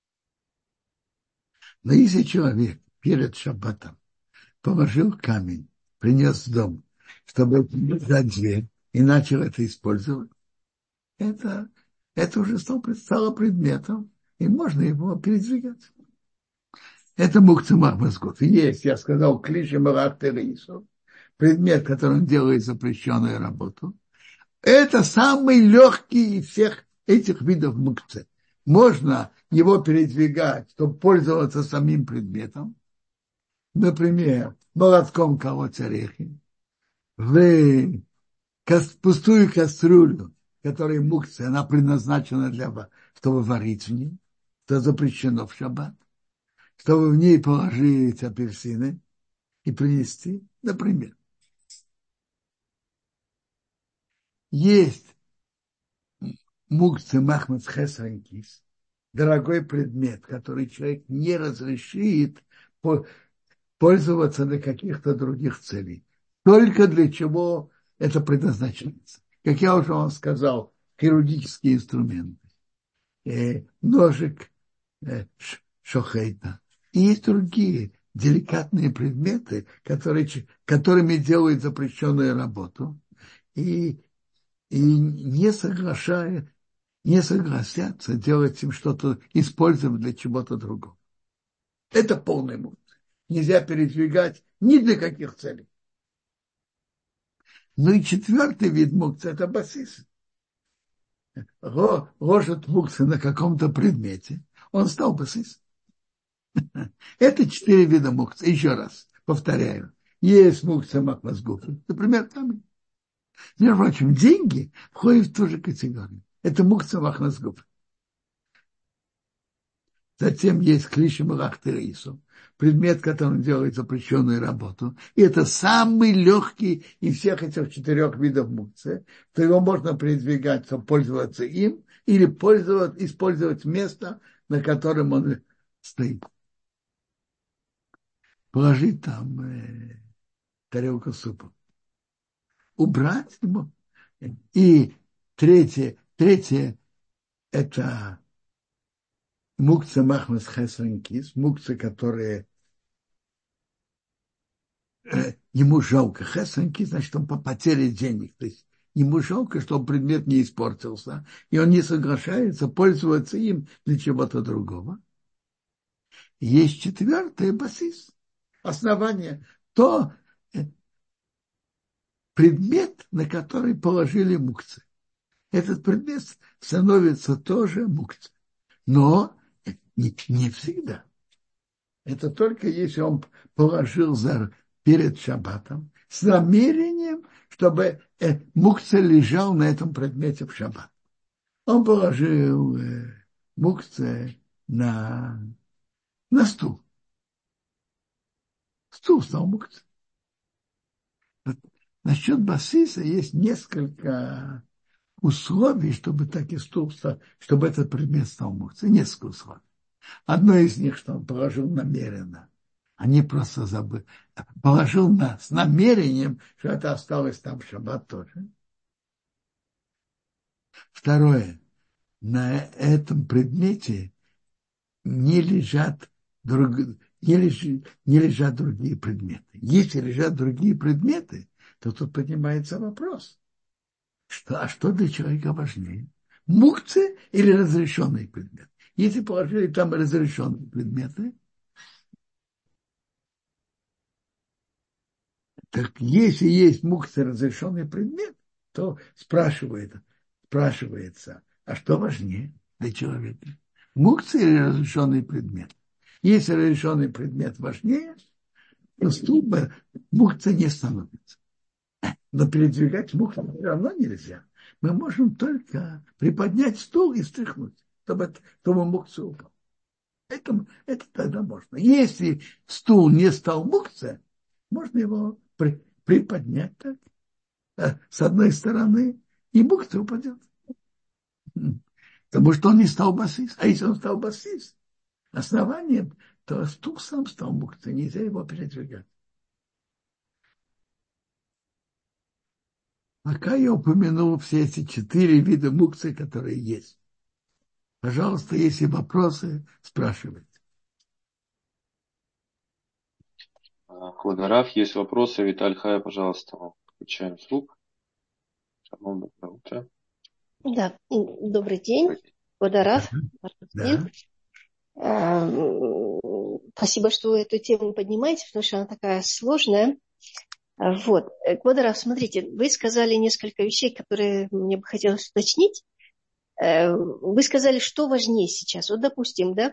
Но если человек перед шаббатом положил камень, принес в дом, чтобы дать дверь, и начал это использовать, это уже стало предметом, и можно его передвигать. Это мукция махмазгуф. Есть, я сказал, клиши малахтерису, предмет, которым делает запрещенную работу. Это самый легкий из всех этих видов мукцы. Можно его передвигать, чтобы пользоваться самим предметом. Например, молотком колоть орехи. В пустую кастрюлю, которая мукция, она предназначена чтобы варить в ней. Это запрещено в шаббат. Чтобы в ней положить апельсины и принести, например. есть мукцы махмац хесранкис, дорогой предмет, который человек не разрешит пользоваться для каких-то других целей. Только для чего это предназначается. Как я уже вам сказал, хирургические инструменты, ножик шохейта. И есть другие деликатные предметы, которыми делают запрещенную работу и не согласятся делать им что-то, использовать для чего-то другого. Это полный мут. Нельзя передвигать ни для каких целей. Ну и четвертый вид мукцы – это басис. Ложит мукцы на каком-то предмете, он стал басис. Это 4 вида мукцы. Еще раз повторяю. Есть мукца махмазгуфа. Например, камень. Между прочим, деньги входят в ту же категорию. Это мукца махмазгуфа. Затем есть клиши малахтерису, предмет, которым делает запрещенную работу. И это самый легкий из всех этих 4 видов мукцы, то его можно передвигать, чтобы пользоваться им, или использовать место, на котором он стоит. Положить там тарелку супа. Убрать его. И третье это мукца махмас хесранкис, мукцы, которые ему жалко. Хесранкис, значит, он по потере денег. То есть ему жалко, чтобы предмет не испортился, и он не соглашается пользоваться им для чего-то другого. Есть 4 басис, основание, то предмет, на который положили мукцы. Этот предмет становится тоже мукцы. Но не всегда. Это только если он положил перед шаббатом с намерением, чтобы мукца лежал на этом предмете в шаббат. Он положил мукца на стул. Стул стал мукца. Насчет басиса есть несколько условий, чтобы так и стул стал, чтобы этот предмет стал мукцей. Несколько условий. Одно из них, что он положил намеренно, а не просто забыл. Положил с намерением, что это осталось там в шаббат тоже. Второе. На этом предмете не лежат другие предметы. Если лежат другие предметы, то тут поднимается вопрос. Что для человека важнее? Мукцы или разрешенный предмет? Если положили там разрешенные предметы, так если есть мукцы разрешенный предмет, то спрашивается, а что важнее для человека? Мукцы или разрешенный предмет? Если разрешенный предмет важнее, то стул мукца не становится. Но передвигать мукцы все равно нельзя. Мы можем только приподнять стул и стряхнуть, чтобы мукца упал. Это тогда можно. Если стул не стал мукца, можно его приподнять так, с одной стороны, и мукца упадет. Потому что он не стал басист. А если он стал басист, основанием, то стул сам стал мукцей, нельзя его передвигать. Пока я упомянул все эти 4 вида мукцы, которые есть. Пожалуйста, если вопросы, спрашивайте. Квадараф, есть вопросы. Виталь Хая, пожалуйста, включаем звук. Шалом, доброе утро. Да, добрый день. Квадараф. Да. Спасибо, что вы эту тему поднимаете, потому что она такая сложная. Вот. Квадараф, смотрите, вы сказали несколько вещей, которые мне бы хотелось уточнить. Вы сказали, что важнее сейчас. Вот, допустим, да,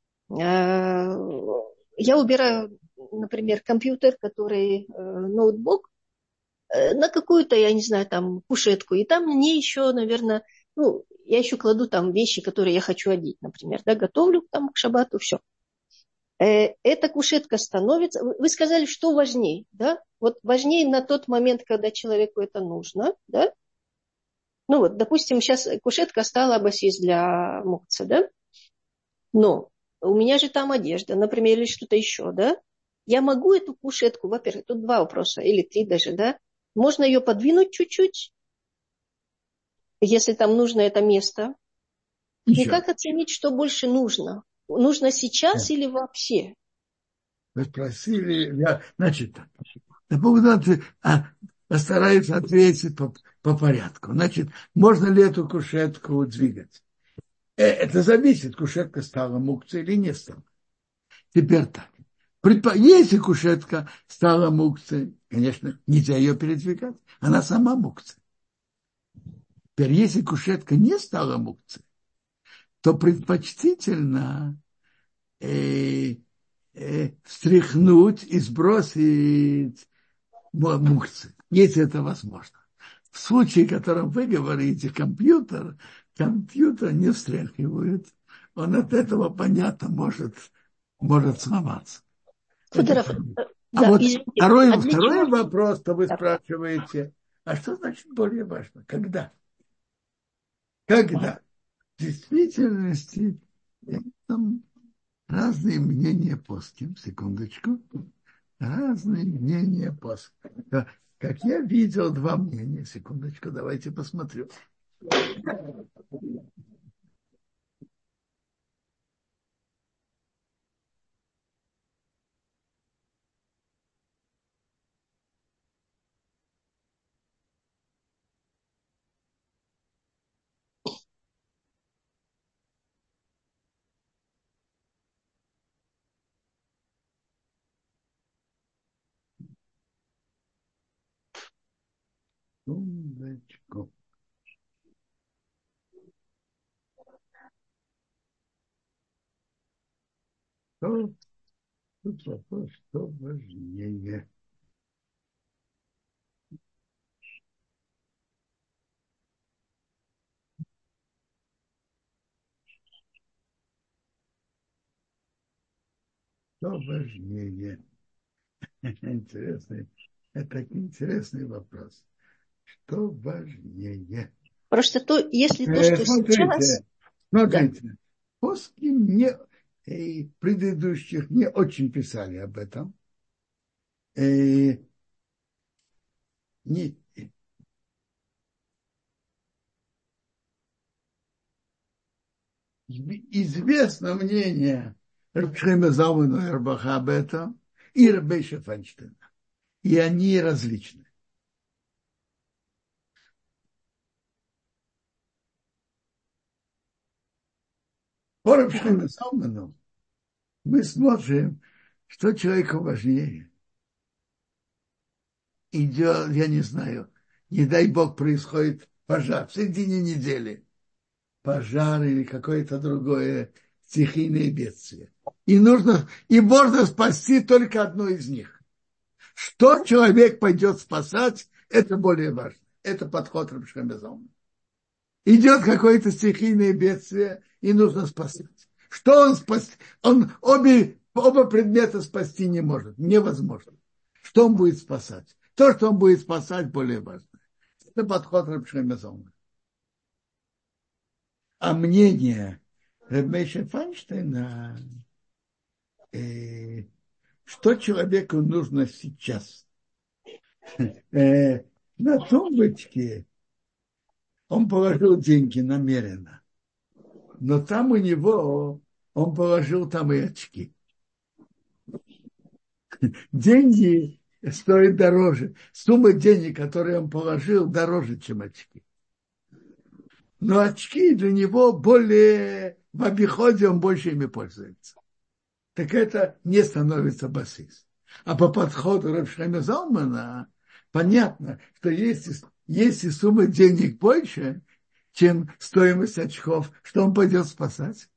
я убираю, например, компьютер, ноутбук, на какую-то, я не знаю, там, кушетку, и там мне еще, наверное, я еще кладу там вещи, которые я хочу одеть, например, да, готовлю там к шаббату, все. Эта кушетка становится... Вы сказали, что важнее, да? Вот важнее на тот момент, когда человеку это нужно, да? Ну вот, допустим, сейчас кушетка стала басист для мукца, да? Но у меня же там одежда, например, или что-то еще, да? Я могу эту кушетку, во-первых, тут два вопроса, или три даже, да? Можно ее подвинуть чуть-чуть, если там нужно это место. И Еще. как оценить, что больше нужно? Нужно сейчас или вообще? Вы спросили, значит, на поводу постараюсь ответить по порядку. Значит, можно ли эту кушетку двигать? Это зависит, кушетка стала мукцией или не стала. Теперь так. Если кушетка стала мукцией, конечно, нельзя ее передвигать. Она сама мукция. Теперь, если кушетка не стала мукцией, то предпочтительно встряхнуть и сбросить мукцы, если это возможно. В случае, о котором вы говорите, компьютер не встряхивает. Он от этого, понятно, может сломаться. Федоров, А да, вот извините, для второй чего? вопрос, то вы Да. спрашиваете, а что значит более важно? Когда? Ага. Когда? В действительности там разные мнения плоским, секундочку, разные мнения плоским. Как я видел, два мнения, секундочку, давайте посмотрю. Секундочку. Тут вопрос, что важнее. Что важнее? Интересный, это интересный вопрос. Что важнее? Просто то, если то, что сейчас, Смотрите, да. Поски не, предыдущих не очень писали об этом. Не, известно мнение Рабшхема Залмана и Рабаха об этом и Рабейша Файнштейна. И они различны. По Рабшхему Залману мы смотрим, что человеку важнее. Идет, я не знаю, не дай Бог, происходит пожар в середине недели. Пожар или какое-то другое стихийное бедствие. И можно спасти только одно из них. Что человек пойдет спасать, это более важно. Это подход Рабшхема. Идет какое-то стихийное бедствие, и нужно спасать. Что он спасет? Оба предмета спасти не может. Невозможно. Что он будет спасать? То, что он будет спасать, более важно. Это подход Рабшхема. А мнение Ребмейша Файнштейна, что человеку нужно сейчас? На тумбочке он положил деньги намеренно, но там у него он положил там и очки. Деньги стоят дороже. Сумма денег, которые он положил, дороже, чем очки. Но очки для него более в обиходе, он больше ими пользуется. Так это не становится басис. А по подходу Рабшхема Залмана понятно, что если сумма денег больше, чем стоимость очков, что он пойдет спасать?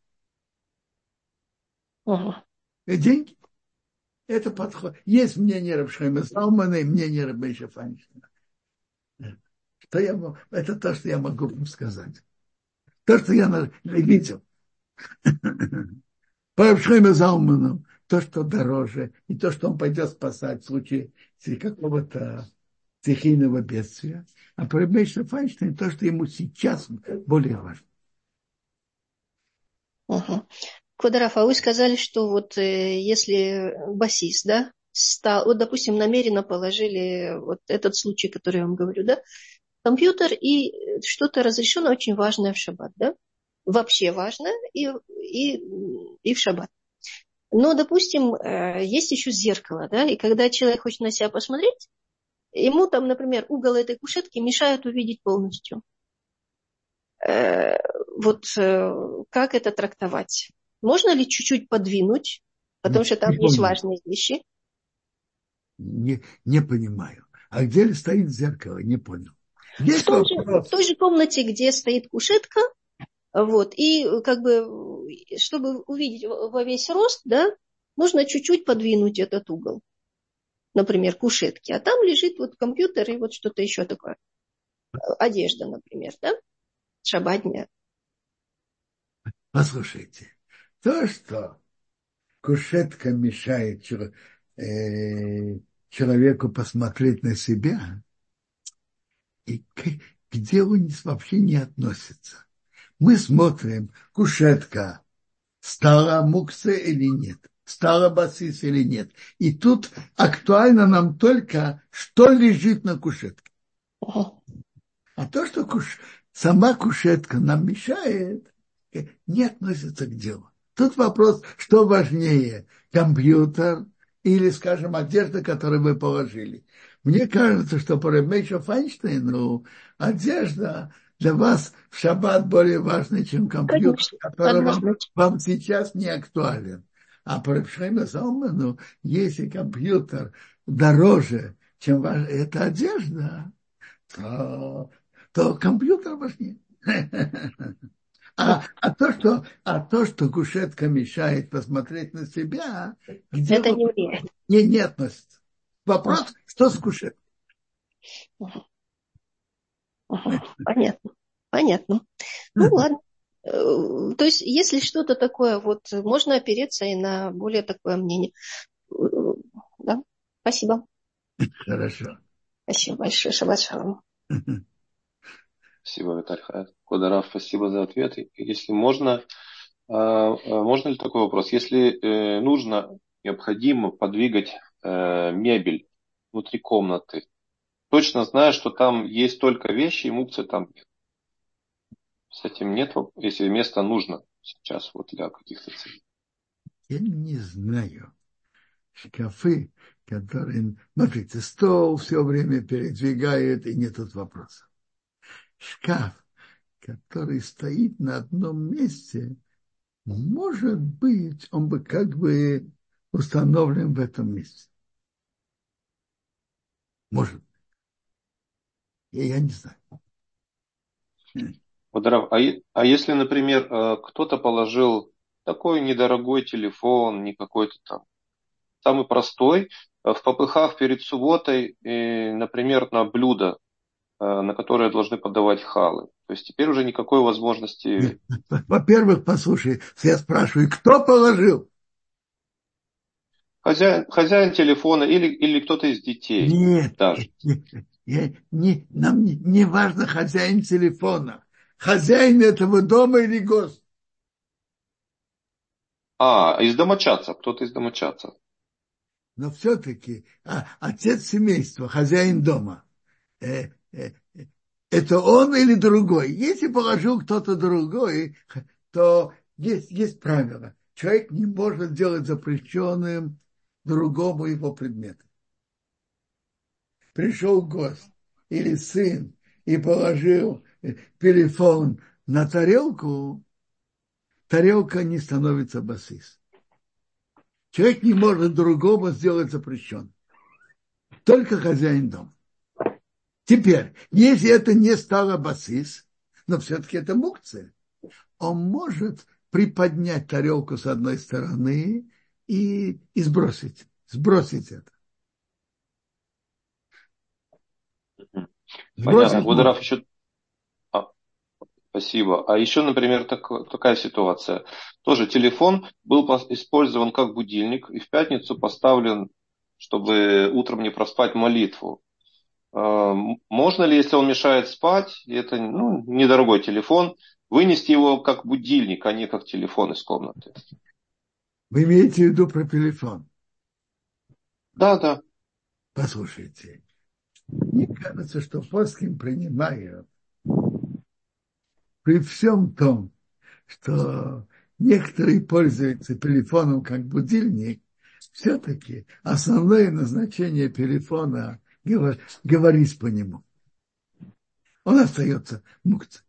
Ага. Деньги. Это подход. Есть мнение Рабшхема Залмана и мнение Рабейша Файнштейна. Это то, что я могу вам сказать. То, что я видел. По Рабшхему Залману то, что дороже, и то, что он пойдет спасать в случае какого-то стихийного бедствия, а про Мейша Файнштейн то, что ему сейчас более важно. Угу. Квадраф, а вы сказали, что вот если басист, да, стал, вот, допустим, намеренно положили вот этот случай, который я вам говорю, да, компьютер и что-то разрешено очень важное в шаббат, да, вообще важное и в шаббат. Но, допустим, есть еще зеркало, да, и когда человек хочет на себя посмотреть, ему там, например, угол этой кушетки мешает увидеть полностью. Вот как это трактовать? Можно ли чуть-чуть подвинуть, потому что там есть важные вещи? Не понимаю. А где ли стоит зеркало? Не понял. В той же комнате, где стоит кушетка, вот, и как бы, чтобы увидеть во весь рост, да, нужно чуть-чуть подвинуть этот угол, например, кушетки. А там лежит вот компьютер и вот что-то еще такое. Одежда, например, да, шабатня. Послушайте, то, что кушетка мешает человеку посмотреть на себя, и где он вообще не относится. Мы смотрим, кушетка стала мукция или нет, стала басис или нет. И тут актуально нам только, что лежит на кушетке. А то, что сама кушетка нам мешает, не относится к делу. Тут вопрос, что важнее, компьютер или, скажем, одежда, которую вы положили. Мне кажется, что по Ребейшу Файнштейну одежда для вас в шаббат более важна, чем компьютер, который вам сейчас не актуален. А по Ребейшу Залману, если компьютер дороже, чем эта одежда, то компьютер важнее. А то, что кушетка мешает посмотреть на себя, где это не влияет. Не относится. Вопрос, что с кушеткой? Понятно. Ну ладно. То есть, если что-то такое, вот можно опереться и на более такое мнение. Да? Спасибо. Хорошо. Спасибо большое. Шаббат шалом. Спасибо, Виталий Хаят. Квадарав, спасибо за ответ. Если можно, можно ли такой вопрос? Если нужно, необходимо подвигать мебель внутри комнаты, точно зная, что там есть только вещи, и мукция там нет. С этим нет, если место нужно сейчас вот для каких-то целей. Я не знаю. Шкафы, которые, смотрите, стол все время передвигает, и нет тут вопросов. Шкаф, который стоит на одном месте, может быть, он бы как бы установлен в этом месте. Может быть. Я не знаю. А если, например, кто-то положил такой недорогой телефон, не какой-то там, самый простой, в попыхах перед субботой, например, на блюдо, на которое должны подавать халы. То есть теперь уже никакой возможности... Во-первых, послушай, я спрашиваю, кто положил? Хозяин телефона или кто-то из детей. Нет, даже. Нам не важно хозяин телефона. Хозяин этого дома или гость. Из домочадцев, кто-то из домочадцев. Но все-таки отец семейства, хозяин дома, это он или другой? Если положил кто-то другой, то есть правило. Человек не может делать запрещенным другому его предмет. Пришел гость или сын и положил телефон на тарелку, тарелка не становится басис. Человек не может другому сделать запрещенным. Только хозяин дома. Теперь, если это не стало басис, но все-таки это мукция, он может приподнять тарелку с одной стороны и сбросить это. Понятно. Гударов еще... Спасибо. А еще, например, такая ситуация. Тоже телефон был использован как будильник и в пятницу поставлен, чтобы утром не проспать молитву. Можно ли, если он мешает спать, и это недорогой телефон, вынести его как будильник, а не как телефон из комнаты? Вы имеете в виду про телефон? Да, да. Послушайте, мне кажется, что плоским принимают при всем том, что некоторые пользуются телефоном как будильник, все-таки основное назначение телефона говорить по нему. Он остается мукцией.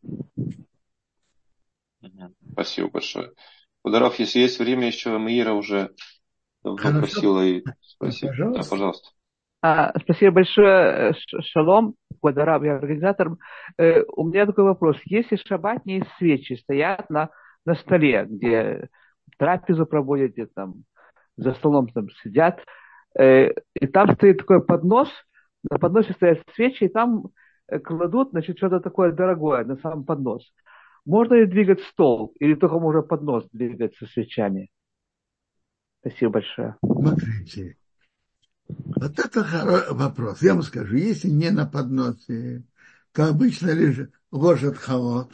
Спасибо большое. Ударов, если есть время, еще Маира уже давно Хорошо, просила и спросить. Да, пожалуйста. пожалуйста. Спасибо большое, Шалом, Квадараб, я организатор. У меня такой вопрос. Если шаббатные свечи стоят на столе, где трапезу проводят, где там за столом там сидят, и там стоит такой поднос, на подносе стоят свечи, и там кладут, значит, что-то такое дорогое на сам поднос. Можно ли двигать стол, или только можно поднос двигать со свечами? Спасибо большое. Смотрите, вот это вопрос. Я вам скажу, если не на подносе, то обычно ложат халот.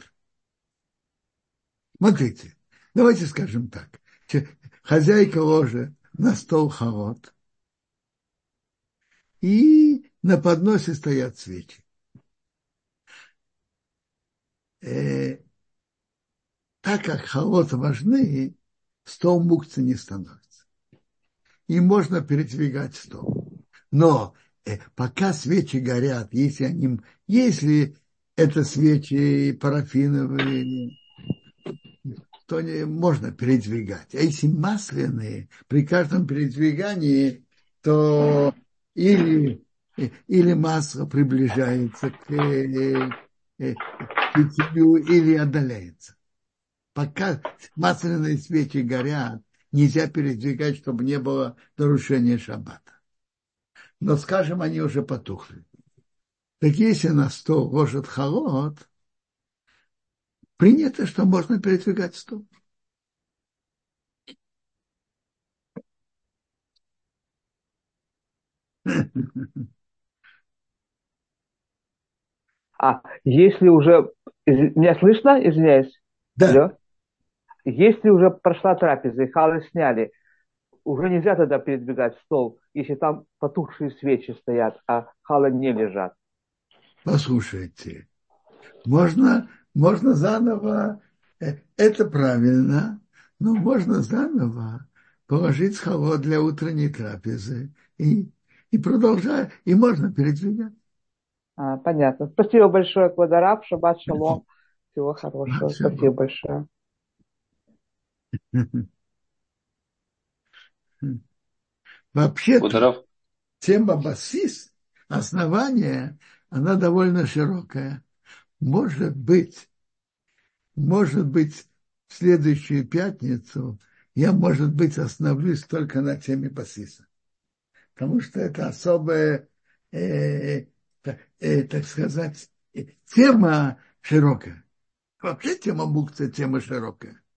Смотрите, давайте скажем так. Хозяйка ложит на стол халот, и на подносе стоят свечи. Так как халоты важны, стол мукцы не становится. И можно передвигать стол. Но пока свечи горят, если это свечи парафиновые, то можно передвигать. А если масляные, при каждом передвигании, то или масло приближается к фитилю, или отдаляется. Пока масляные свечи горят, нельзя передвигать, чтобы не было нарушения шаббата. Но, скажем, они уже потухли. Так если на стол ложат халот, принято, что можно передвигать стол. Если уже... Меня слышно? Извиняюсь. Да, Алло? Если уже прошла трапеза и халы сняли, уже нельзя тогда передвигать стол, если там потухшие свечи стоят, а халы не лежат. послушайте, можно заново, это правильно, но можно заново положить халот для утренней трапезы и продолжать, и можно передвигать. Понятно. Спасибо большое, Квадараб, шаббат шалом. Всего хорошего. Спасибо большое. Вообще-то тема басис, основание, она довольно широкая. Может быть, в следующую пятницу я, может быть, остановлюсь только на теме басиса. Потому что это особая, так сказать, тема широкая. Вообще тема мукция, тема широкая.